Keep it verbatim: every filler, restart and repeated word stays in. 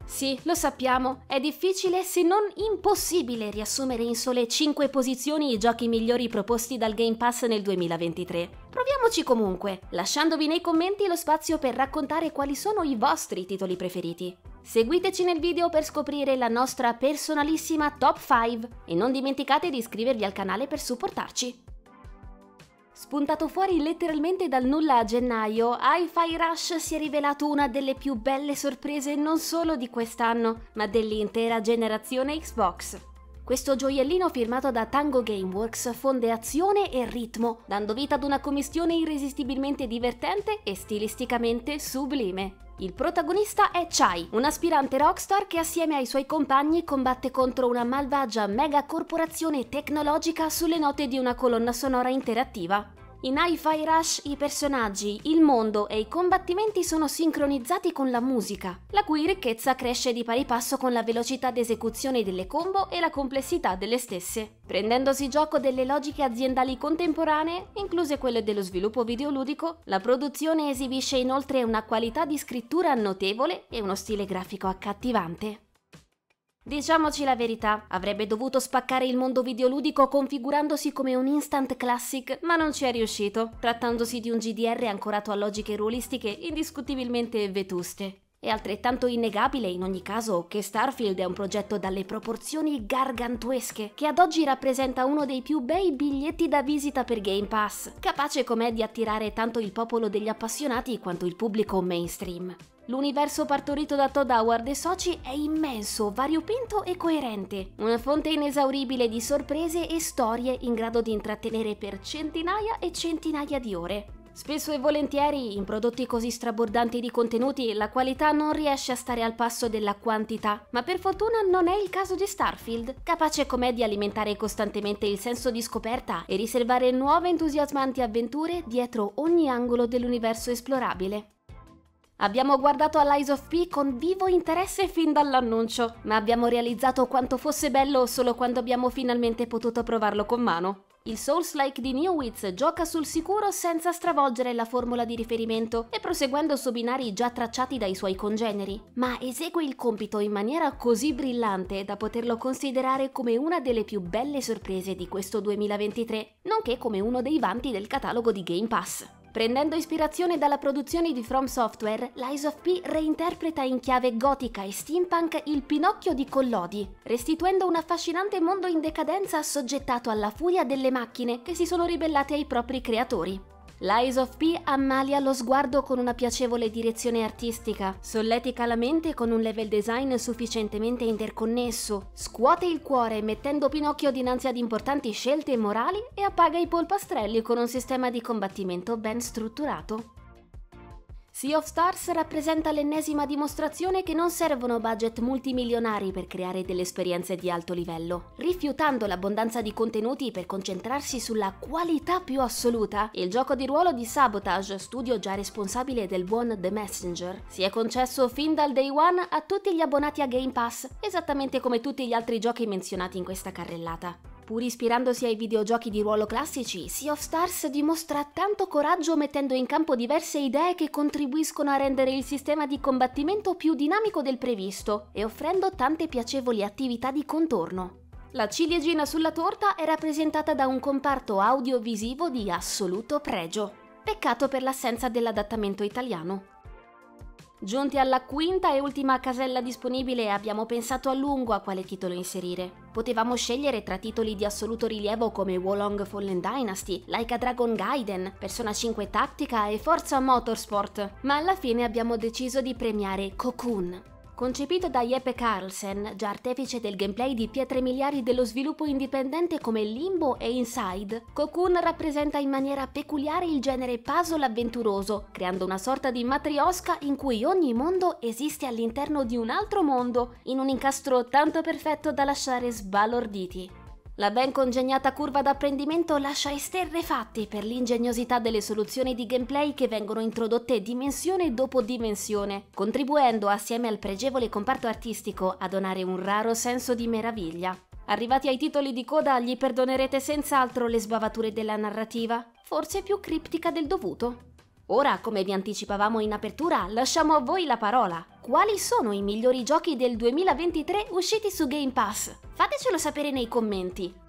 Sì, lo sappiamo, è difficile se non impossibile riassumere in sole cinque posizioni i giochi migliori proposti dal Game Pass nel duemilaventitré. Proviamoci comunque, lasciandovi nei commenti lo spazio per raccontare quali sono i vostri titoli preferiti. Seguiteci nel video per scoprire la nostra personalissima top cinque e non dimenticate di iscrivervi al canale per supportarci. Spuntato fuori letteralmente dal nulla a gennaio, Hi-Fi Rush si è rivelato una delle più belle sorprese non solo di quest'anno, ma dell'intera generazione Xbox. Questo gioiellino firmato da Tango Gameworks fonde azione e ritmo, dando vita ad una commistione irresistibilmente divertente e stilisticamente sublime. Il protagonista è Chai, un aspirante rockstar che assieme ai suoi compagni combatte contro una malvagia megacorporazione tecnologica sulle note di una colonna sonora interattiva. In Hi-Fi Rush i personaggi, il mondo e i combattimenti sono sincronizzati con la musica, la cui ricchezza cresce di pari passo con la velocità d'esecuzione delle combo e la complessità delle stesse. Prendendosi gioco delle logiche aziendali contemporanee, incluse quelle dello sviluppo videoludico, la produzione esibisce inoltre una qualità di scrittura notevole e uno stile grafico accattivante. Diciamoci la verità, avrebbe dovuto spaccare il mondo videoludico configurandosi come un instant classic, ma non ci è riuscito, trattandosi di un G D R ancorato a logiche ruolistiche indiscutibilmente vetuste. È altrettanto innegabile in ogni caso che Starfield è un progetto dalle proporzioni gargantuesche, che ad oggi rappresenta uno dei più bei biglietti da visita per Game Pass, capace com'è di attirare tanto il popolo degli appassionati quanto il pubblico mainstream. L'universo partorito da Todd Howard e soci è immenso, variopinto e coerente, una fonte inesauribile di sorprese e storie in grado di intrattenere per centinaia e centinaia di ore. Spesso e volentieri, in prodotti così strabordanti di contenuti, la qualità non riesce a stare al passo della quantità, ma per fortuna non è il caso di Starfield, capace com'è di alimentare costantemente il senso di scoperta e riservare nuove entusiasmanti avventure dietro ogni angolo dell'universo esplorabile. Abbiamo guardato a Lies of P con vivo interesse fin dall'annuncio, ma abbiamo realizzato quanto fosse bello solo quando abbiamo finalmente potuto provarlo con mano. Il Souls-like di Newitz gioca sul sicuro senza stravolgere la formula di riferimento e proseguendo su binari già tracciati dai suoi congeneri, ma esegue il compito in maniera così brillante da poterlo considerare come una delle più belle sorprese di questo duemilaventitré, nonché come uno dei vanti del catalogo di Game Pass. Prendendo ispirazione dalla produzione di From Software, Lies of P reinterpreta in chiave gotica e steampunk il Pinocchio di Collodi, restituendo un affascinante mondo in decadenza assoggettato alla furia delle macchine che si sono ribellate ai propri creatori. Lies of P ammalia lo sguardo con una piacevole direzione artistica, solletica la mente con un level design sufficientemente interconnesso, scuote il cuore mettendo Pinocchio dinanzi ad importanti scelte morali e appaga i polpastrelli con un sistema di combattimento ben strutturato. Sea of Stars rappresenta l'ennesima dimostrazione che non servono budget multimilionari per creare delle esperienze di alto livello. Rifiutando l'abbondanza di contenuti per concentrarsi sulla qualità più assoluta, il gioco di ruolo di Sabotage, studio già responsabile del buon The Messenger, si è concesso fin dal day one a tutti gli abbonati a Game Pass, esattamente come tutti gli altri giochi menzionati in questa carrellata. Pur ispirandosi ai videogiochi di ruolo classici, Sea of Stars dimostra tanto coraggio mettendo in campo diverse idee che contribuiscono a rendere il sistema di combattimento più dinamico del previsto e offrendo tante piacevoli attività di contorno. La ciliegina sulla torta è rappresentata da un comparto audiovisivo di assoluto pregio. Peccato per l'assenza dell'adattamento italiano. Giunti alla quinta e ultima casella disponibile abbiamo pensato a lungo a quale titolo inserire. Potevamo scegliere tra titoli di assoluto rilievo come Wolong Fallen Dynasty, Like a Dragon Gaiden, Persona cinque Tactica e Forza Motorsport, ma alla fine abbiamo deciso di premiare Cocoon. Concepito da Jeppe Carlsen, già artefice del gameplay di pietre miliari dello sviluppo indipendente come Limbo e Inside, Cocoon rappresenta in maniera peculiare il genere puzzle avventuroso, creando una sorta di matrioska in cui ogni mondo esiste all'interno di un altro mondo, in un incastro tanto perfetto da lasciare sbalorditi. La ben congegnata curva d'apprendimento lascia esterrefatti per l'ingegnosità delle soluzioni di gameplay che vengono introdotte dimensione dopo dimensione, contribuendo assieme al pregevole comparto artistico a donare un raro senso di meraviglia. Arrivati ai titoli di coda gli perdonerete senz'altro le sbavature della narrativa, forse più criptica del dovuto. Ora, come vi anticipavamo in apertura, lasciamo a voi la parola. quali sono i migliori giochi del duemilaventitré usciti su Game Pass? Fatecelo sapere nei commenti.